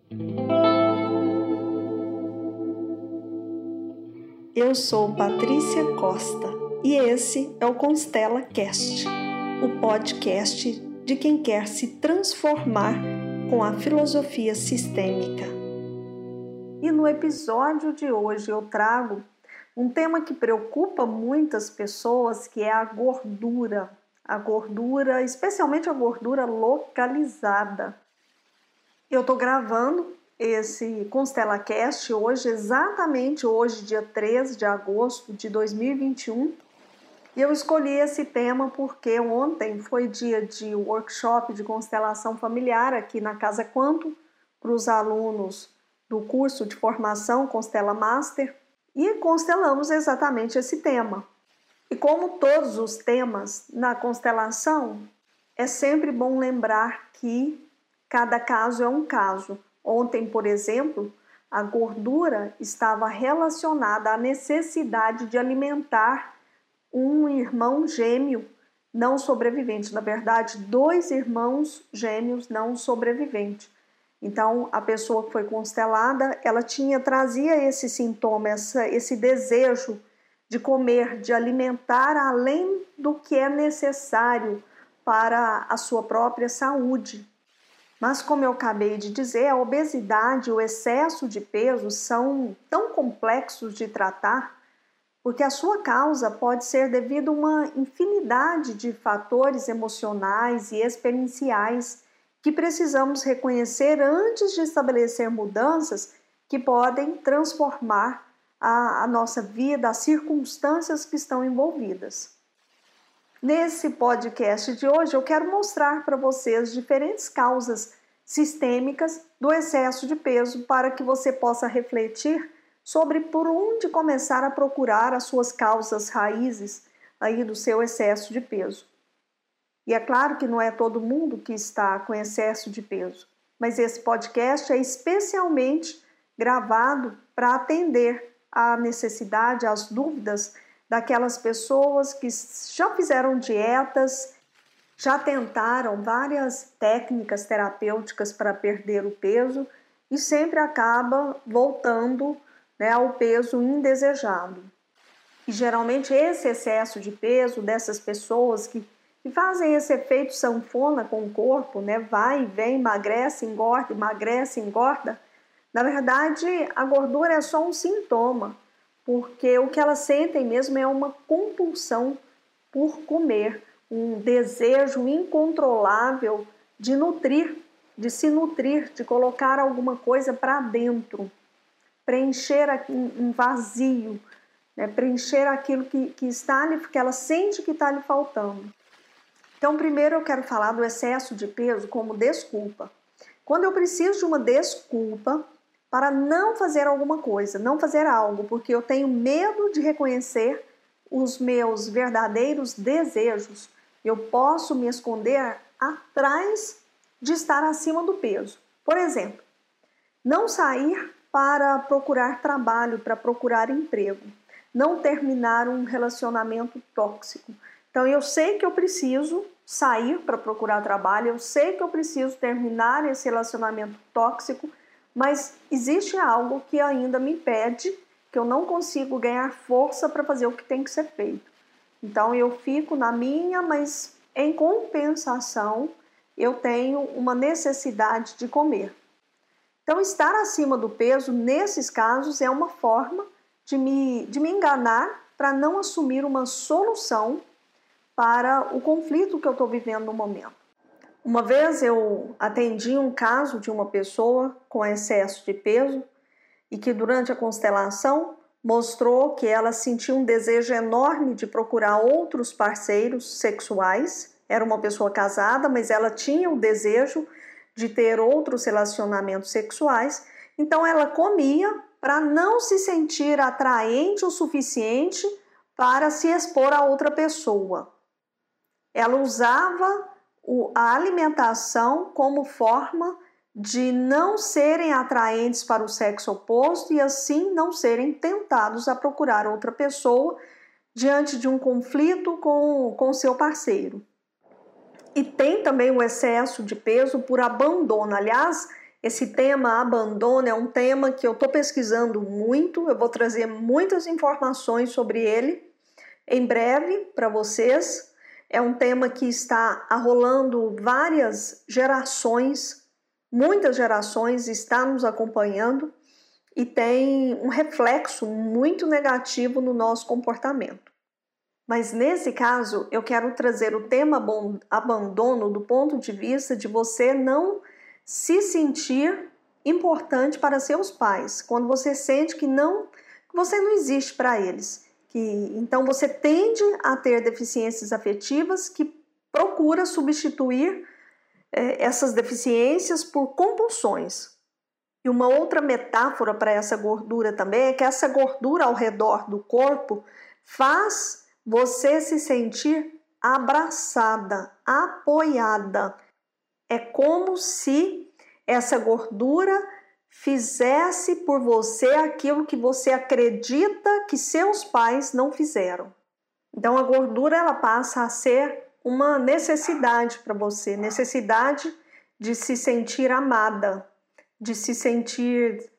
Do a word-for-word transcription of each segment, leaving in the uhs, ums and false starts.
Eu sou Patrícia Costa e esse é o Constela Cast, o podcast de quem quer se transformar com a filosofia sistêmica. E no episódio de hoje eu trago um tema que preocupa muitas pessoas, que é a gordura. A gordura, especialmente a gordura localizada. Eu estou gravando esse Constela Cast hoje, exatamente hoje, dia treze de agosto de dois mil e vinte e um. E eu escolhi esse tema porque ontem foi dia de workshop de constelação familiar aqui na Casa Quantum para os alunos do curso de formação Constela Master e constelamos exatamente esse tema. E como todos os temas na constelação, é sempre bom lembrar que cada caso é um caso. Ontem, por exemplo, a gordura estava relacionada à necessidade de alimentar um irmão gêmeo não sobrevivente. Na verdade, dois irmãos gêmeos não sobreviventes. Então, a pessoa que foi constelada, ela tinha, trazia esse sintoma, essa, esse desejo de comer, de alimentar além do que é necessário para a sua própria saúde. Mas, como eu acabei de dizer, a obesidade e o excesso de peso são tão complexos de tratar, porque a sua causa pode ser devido a uma infinidade de fatores emocionais e experienciais que precisamos reconhecer antes de estabelecer mudanças que podem transformar a, a nossa vida, as circunstâncias que estão envolvidas. Nesse podcast de hoje, eu quero mostrar para vocês diferentes causas sistêmicas do excesso de peso para que você possa refletir sobre por onde começar a procurar as suas causas raízes aí do seu excesso de peso. E é claro que não é todo mundo que está com excesso de peso, mas esse podcast é especialmente gravado para atender à necessidade, às dúvidas daquelas pessoas que já fizeram dietas, já tentaram várias técnicas terapêuticas para perder o peso e sempre acaba voltando, né, ao peso indesejado. E geralmente esse excesso de peso dessas pessoas que, que fazem esse efeito sanfona com o corpo, né, vai e vem, emagrece, engorda, emagrece, engorda, na verdade a gordura é só um sintoma, porque o que elas sentem mesmo é uma compulsão por comer, um desejo incontrolável de nutrir, de se nutrir, de colocar alguma coisa para dentro, preencher um vazio, né? Preencher aquilo que, que está ali, que ela sente que está lhe faltando. Então, primeiro eu quero falar do excesso de peso como desculpa. Quando eu preciso de uma desculpa para não fazer alguma coisa, não fazer algo, porque eu tenho medo de reconhecer os meus verdadeiros desejos, eu posso me esconder atrás de estar acima do peso. Por exemplo, não sair para procurar trabalho, para procurar emprego, não terminar um relacionamento tóxico. Então, eu sei que eu preciso sair para procurar trabalho, eu sei que eu preciso terminar esse relacionamento tóxico, mas existe algo que ainda me impede, que eu não consigo ganhar força para fazer o que tem que ser feito. Então, eu fico na minha, mas em compensação, eu tenho uma necessidade de comer. Então, estar acima do peso, nesses casos, é uma forma de me, de me enganar para não assumir uma solução para o conflito que eu estou vivendo no momento. Uma vez eu atendi um caso de uma pessoa com excesso de peso e que durante a constelação mostrou que ela sentia um desejo enorme de procurar outros parceiros sexuais. Era uma pessoa casada, mas ela tinha o desejo de ter outros relacionamentos sexuais. Então ela comia para não se sentir atraente o suficiente para se expor a outra pessoa. Ela usava a alimentação como forma de não serem atraentes para o sexo oposto e assim não serem tentados a procurar outra pessoa diante de um conflito com o seu parceiro. E tem também o excesso de peso por abandono. Aliás, Esse tema abandono é um tema que eu estou pesquisando muito, eu vou trazer muitas informações sobre ele em breve para vocês. É um tema que está arrolando várias gerações, muitas gerações está nos acompanhando e tem um reflexo muito negativo no nosso comportamento. Mas nesse caso, eu quero trazer o tema abandono do ponto de vista de você não se sentir importante para seus pais, quando você sente que não, que você não existe para eles, que então você tende a ter deficiências afetivas que procura substituir eh, essas deficiências por compulsões. E uma outra metáfora para essa gordura também é que essa gordura ao redor do corpo faz você se sentir abraçada, apoiada. É como se essa gordura fizesse por você aquilo que você acredita que seus pais não fizeram. Então a gordura ela passa a ser uma necessidade para você, necessidade de se sentir amada, de se sentir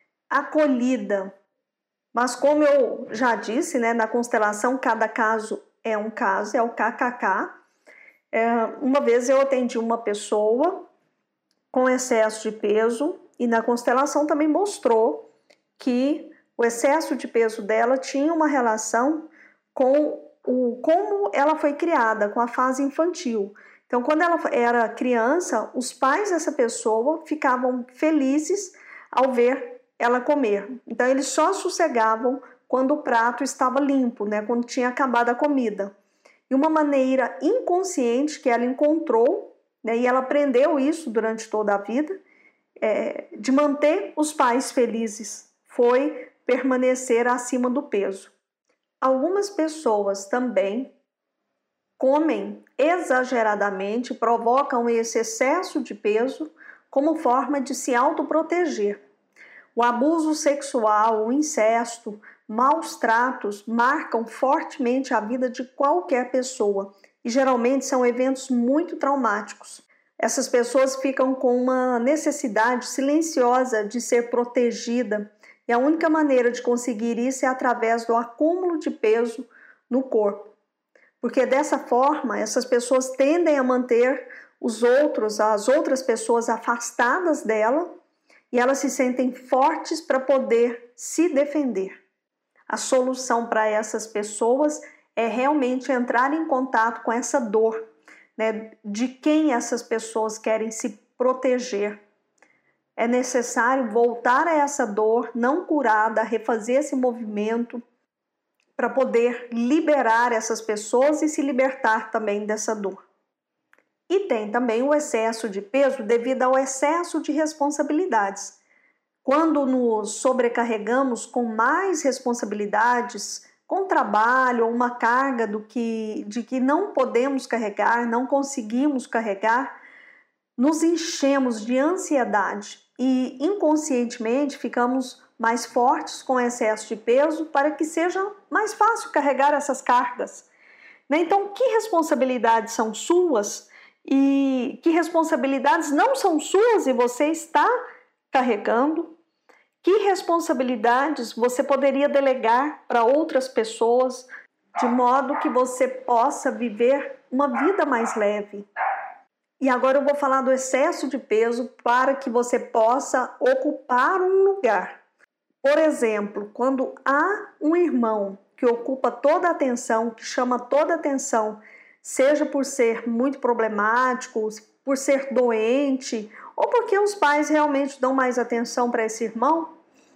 acolhida. Mas como eu já disse, né, na constelação cada caso é um caso, é o K K K. É, uma vez eu atendi uma pessoa com excesso de peso e na constelação também mostrou que o excesso de peso dela tinha uma relação com o, como ela foi criada, com a fase infantil. Então, quando ela era criança, os pais dessa pessoa ficavam felizes ao ver ela comer. Então, eles só sossegavam quando o prato estava limpo, né? Quando tinha acabado a comida. E uma maneira inconsciente que ela encontrou, né, e ela aprendeu isso durante toda a vida, é, de manter os pais felizes, foi permanecer acima do peso. Algumas pessoas também comem exageradamente, provocam esse excesso de peso como forma de se autoproteger. O abuso sexual, o incesto, maus tratos marcam fortemente a vida de qualquer pessoa e geralmente são eventos muito traumáticos. Essas pessoas ficam com uma necessidade silenciosa de ser protegida e a única maneira de conseguir isso é através do acúmulo de peso no corpo. Porque dessa forma, essas pessoas tendem a manter os outros, as outras pessoas afastadas dela e elas se sentem fortes para poder se defender. A solução para essas pessoas é realmente entrar em contato com essa dor, né, de quem essas pessoas querem se proteger. É necessário voltar a essa dor não curada, refazer esse movimento para poder liberar essas pessoas e se libertar também dessa dor. E tem também o excesso de peso devido ao excesso de responsabilidades. Quando nos sobrecarregamos com mais responsabilidades, com trabalho ou uma carga do que, de que não podemos carregar, não conseguimos carregar, nos enchemos de ansiedade e inconscientemente ficamos mais fortes com excesso de peso para que seja mais fácil carregar essas cargas. Então, que responsabilidades são suas e que responsabilidades não são suas e você está carregando? Que responsabilidades você poderia delegar para outras pessoas de modo que você possa viver uma vida mais leve? E agora eu vou falar do excesso de peso para que você possa ocupar um lugar. Por exemplo, quando há um irmão que ocupa toda a atenção, que chama toda a atenção, seja por ser muito problemático, por ser doente, ou porque os pais realmente dão mais atenção para esse irmão,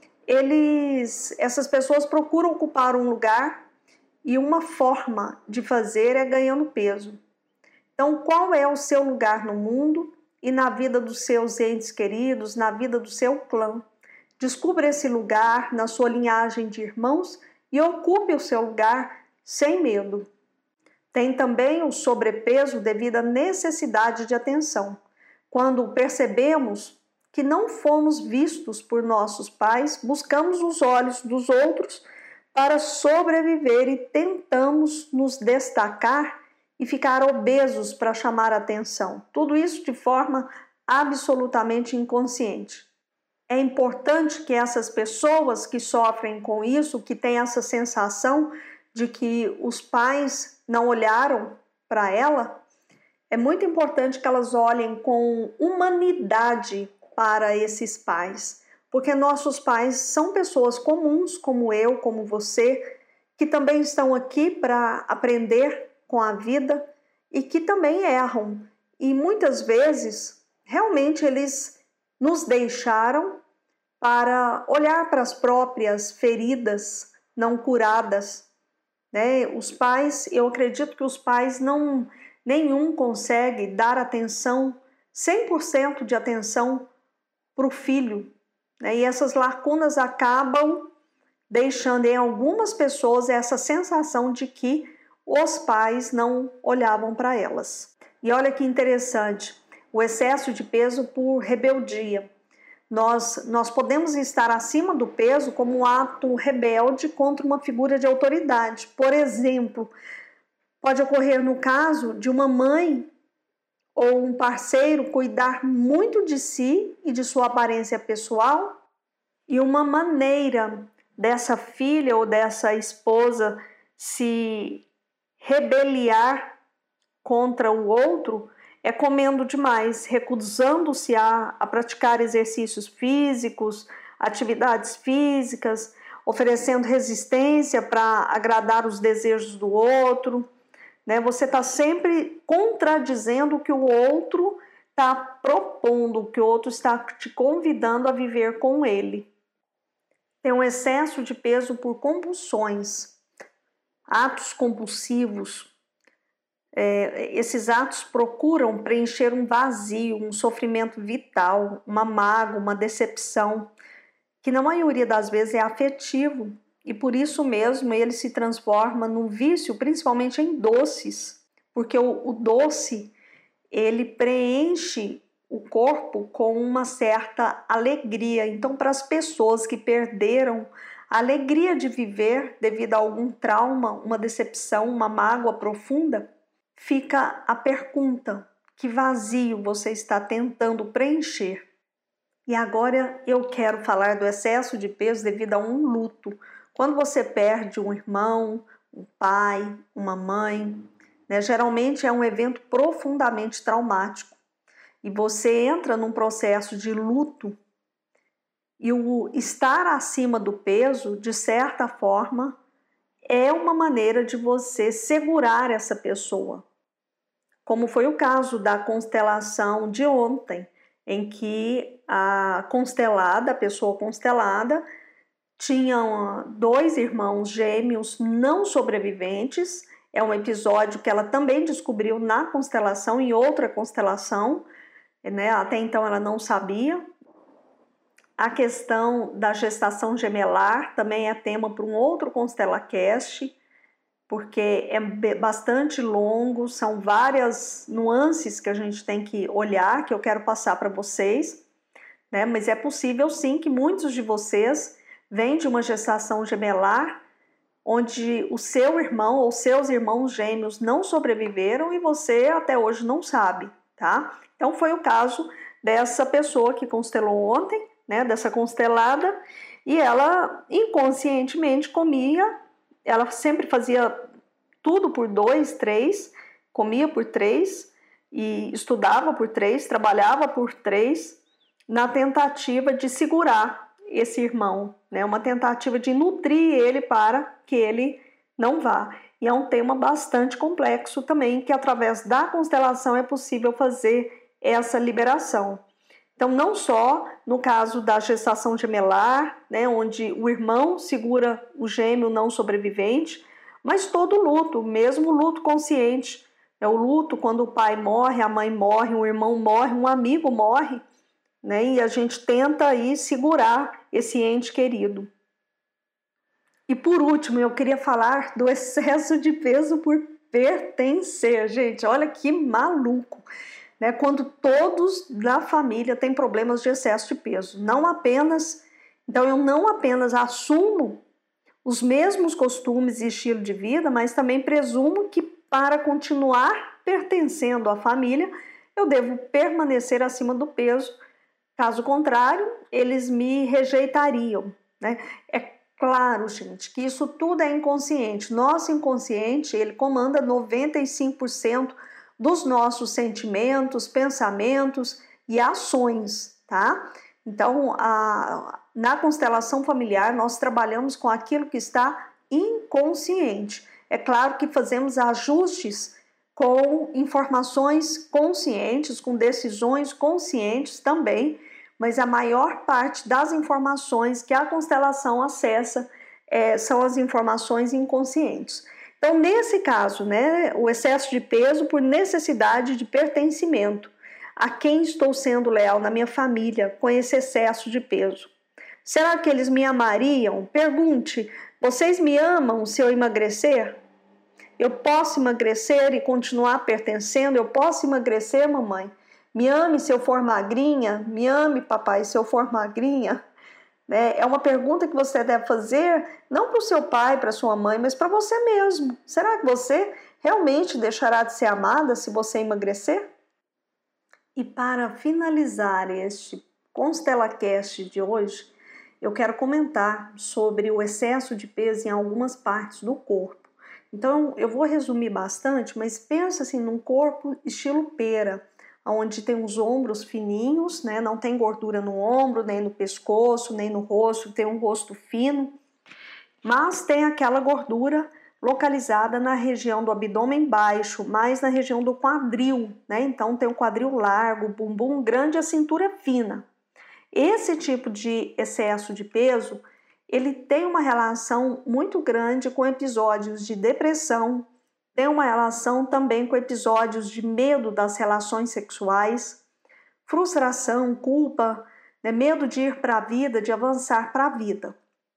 eles, essas pessoas procuram ocupar um lugar e uma forma de fazer é ganhando peso. Então, qual é o seu lugar no mundo e na vida dos seus entes queridos, na vida do seu clã? Descubra esse lugar na sua linhagem de irmãos e ocupe o seu lugar sem medo. Tem também o sobrepeso devido à necessidade de atenção. Quando percebemos que não fomos vistos por nossos pais, buscamos os olhos dos outros para sobreviver e tentamos nos destacar e ficar obesos para chamar a atenção. Tudo isso de forma absolutamente inconsciente. É importante que essas pessoas que sofrem com isso, que têm essa sensação de que os pais não olharam para ela, é muito importante que elas olhem com humanidade para esses pais, porque nossos pais são pessoas comuns, como eu, como você, que também estão aqui para aprender com a vida e que também erram. E muitas vezes, realmente, eles nos deixaram para olhar para as próprias feridas não curadas, né? Os pais, eu acredito que os pais não, nenhum consegue dar atenção, cem por cento de atenção para o filho, né? E essas lacunas acabam deixando em algumas pessoas essa sensação de que os pais não olhavam para elas. E olha que interessante, o excesso de peso por rebeldia. Nós, nós podemos estar acima do peso como um ato rebelde contra uma figura de autoridade. Por exemplo, pode ocorrer no caso de uma mãe ou um parceiro cuidar muito de si e de sua aparência pessoal, e uma maneira dessa filha ou dessa esposa se rebeliar contra o outro é comendo demais, recusando-se a, a praticar exercícios físicos, atividades físicas, oferecendo resistência para agradar os desejos do outro, né? Você está sempre contradizendo o que o outro está propondo, o que o outro está te convidando a viver com ele. Tem um excesso de peso por compulsões, atos compulsivos. É, esses atos procuram preencher um vazio, um sofrimento vital, uma mágoa, uma decepção, que na maioria das vezes é afetivo, e por isso mesmo ele se transforma num vício, principalmente em doces, porque o, o doce, ele preenche o corpo com uma certa alegria. Então, para as pessoas que perderam a alegria de viver devido a algum trauma, uma decepção, uma mágoa profunda, fica a pergunta: que vazio você está tentando preencher? E agora eu quero falar do excesso de peso devido a um luto. Quando você perde um irmão, um pai, uma mãe, né, geralmente é um evento profundamente traumático. E você entra num processo de luto, e o estar acima do peso, de certa forma, é uma maneira de você segurar essa pessoa. Como foi o caso da constelação de ontem, em que a constelada, a pessoa constelada, tinha dois irmãos gêmeos não sobreviventes. É um episódio que ela também descobriu na constelação, em outra constelação, né? Até então ela não sabia. A questão da gestação gemelar também é tema para um outro ConstelaCast, porque é bastante longo, são várias nuances que a gente tem que olhar, que eu quero passar para vocês, né? Mas é possível sim que muitos de vocês vêm de uma gestação gemelar, onde o seu irmão ou seus irmãos gêmeos não sobreviveram e você até hoje não sabe, tá? Então foi o caso dessa pessoa que constelou ontem, né, dessa constelada, e ela inconscientemente comia, ela sempre fazia tudo por dois, três, comia por três, e estudava por três, trabalhava por três, na tentativa de segurar esse irmão, né, uma tentativa de nutrir ele para que ele não vá. E é um tema bastante complexo também, que através da constelação é possível fazer essa liberação. Então, não só no caso da gestação gemelar, né, onde o irmão segura o gêmeo não sobrevivente, mas todo luto, mesmo o luto consciente. É o luto quando o pai morre, a mãe morre, um irmão morre, um amigo morre, né, e a gente tenta aí segurar esse ente querido. E por último, eu queria falar do excesso de peso por pertencer. Gente, olha que maluco! Né, quando todos da família têm problemas de excesso de peso. Não apenas, então eu não apenas assumo os mesmos costumes e estilo de vida, mas também presumo que para continuar pertencendo à família, eu devo permanecer acima do peso. Caso contrário, eles me rejeitariam, né? É claro, gente, que isso tudo é inconsciente. Nosso inconsciente, ele comanda noventa e cinco por cento dos nossos sentimentos, pensamentos e ações, tá? Então, a, na constelação familiar, nós trabalhamos com aquilo que está inconsciente. É claro que fazemos ajustes com informações conscientes, com decisões conscientes também, mas a maior parte das informações que a constelação acessa é, são as informações inconscientes. Então, nesse caso, né, o excesso de peso por necessidade de pertencimento. A quem estou sendo leal na minha família com esse excesso de peso? Será que eles me amariam? Pergunte, vocês me amam se eu emagrecer? Eu posso emagrecer e continuar pertencendo? Eu posso emagrecer, mamãe? Me ame se eu for magrinha? Me ame, papai, se eu for magrinha? É uma pergunta que você deve fazer, não para o seu pai, para sua mãe, mas para você mesmo. Será que você realmente deixará de ser amada se você emagrecer? E para finalizar este ConstelaCast de hoje, eu quero comentar sobre o excesso de peso em algumas partes do corpo. Então, eu vou resumir bastante, mas pensa assim num corpo estilo pera, onde tem os ombros fininhos, né? Não tem gordura no ombro, nem no pescoço, nem no rosto, tem um rosto fino, mas tem aquela gordura localizada na região do abdômen baixo, mais na região do quadril, né? Então tem o quadril largo, o bumbum grande e a cintura fina. Esse tipo de excesso de peso, ele tem uma relação muito grande com episódios de depressão, tem uma relação também com episódios de medo das relações sexuais, frustração, culpa, né? Medo de ir para a vida, de avançar para a vida.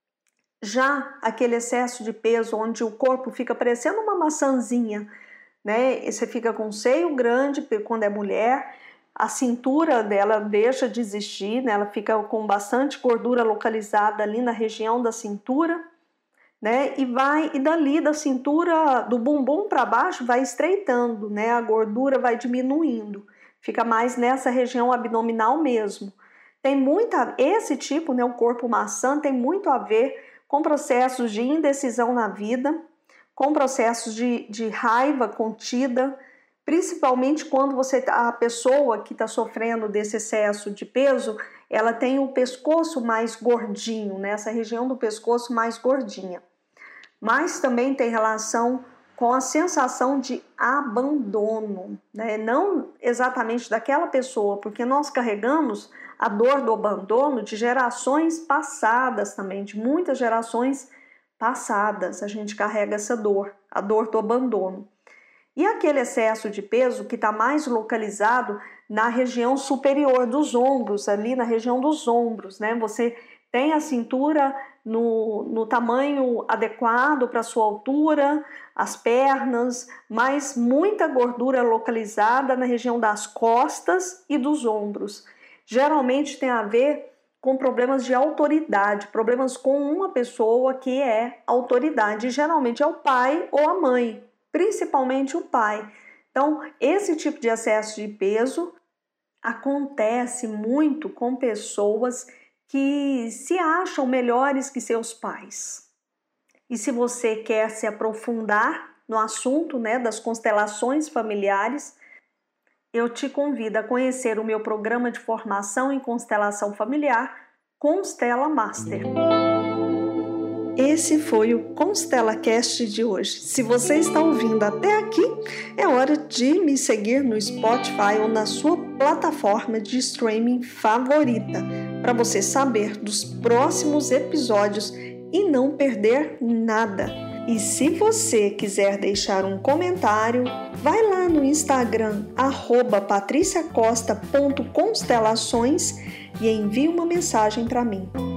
Já aquele excesso de peso onde o corpo fica parecendo uma maçãzinha, né? E você fica com o seio grande quando é mulher, a cintura dela deixa de existir, né? Ela fica com bastante gordura localizada ali na região da cintura, né? E vai e dali da cintura do bumbum para baixo vai estreitando, né? A gordura vai diminuindo, fica mais nessa região abdominal mesmo. Tem muita esse tipo, né? O corpo maçã tem muito a ver com processos de indecisão na vida, com processos de, de raiva contida, principalmente quando você a pessoa que está sofrendo desse excesso de peso, ela tem o pescoço mais gordinho, né? Essa região do pescoço mais gordinha. Mas também tem relação com a sensação de abandono, né? Não exatamente daquela pessoa, porque nós carregamos a dor do abandono de gerações passadas também, de muitas gerações passadas, a gente carrega essa dor, a dor do abandono. E aquele excesso de peso que está mais localizado na região superior dos ombros, ali na região dos ombros, né? Você tem a cintura no, no tamanho adequado para a sua altura, as pernas, mas muita gordura localizada na região das costas e dos ombros. Geralmente tem a ver com problemas de autoridade, problemas com uma pessoa que é autoridade, geralmente é o pai ou a mãe, principalmente o pai. Então, esse tipo de excesso de peso acontece muito com pessoas que se acham melhores que seus pais. E se você quer se aprofundar no assunto, né, das constelações familiares, eu te convido a conhecer o meu programa de formação em constelação familiar, Constela Master. Esse foi o ConstelaCast de hoje. Se você está ouvindo até aqui, é hora de me seguir no Spotify ou na sua plataforma de streaming favorita, para você saber dos próximos episódios e não perder nada. E se você quiser deixar um comentário, vai lá no Instagram, arroba patriciacosta ponto constelações e envie uma mensagem para mim.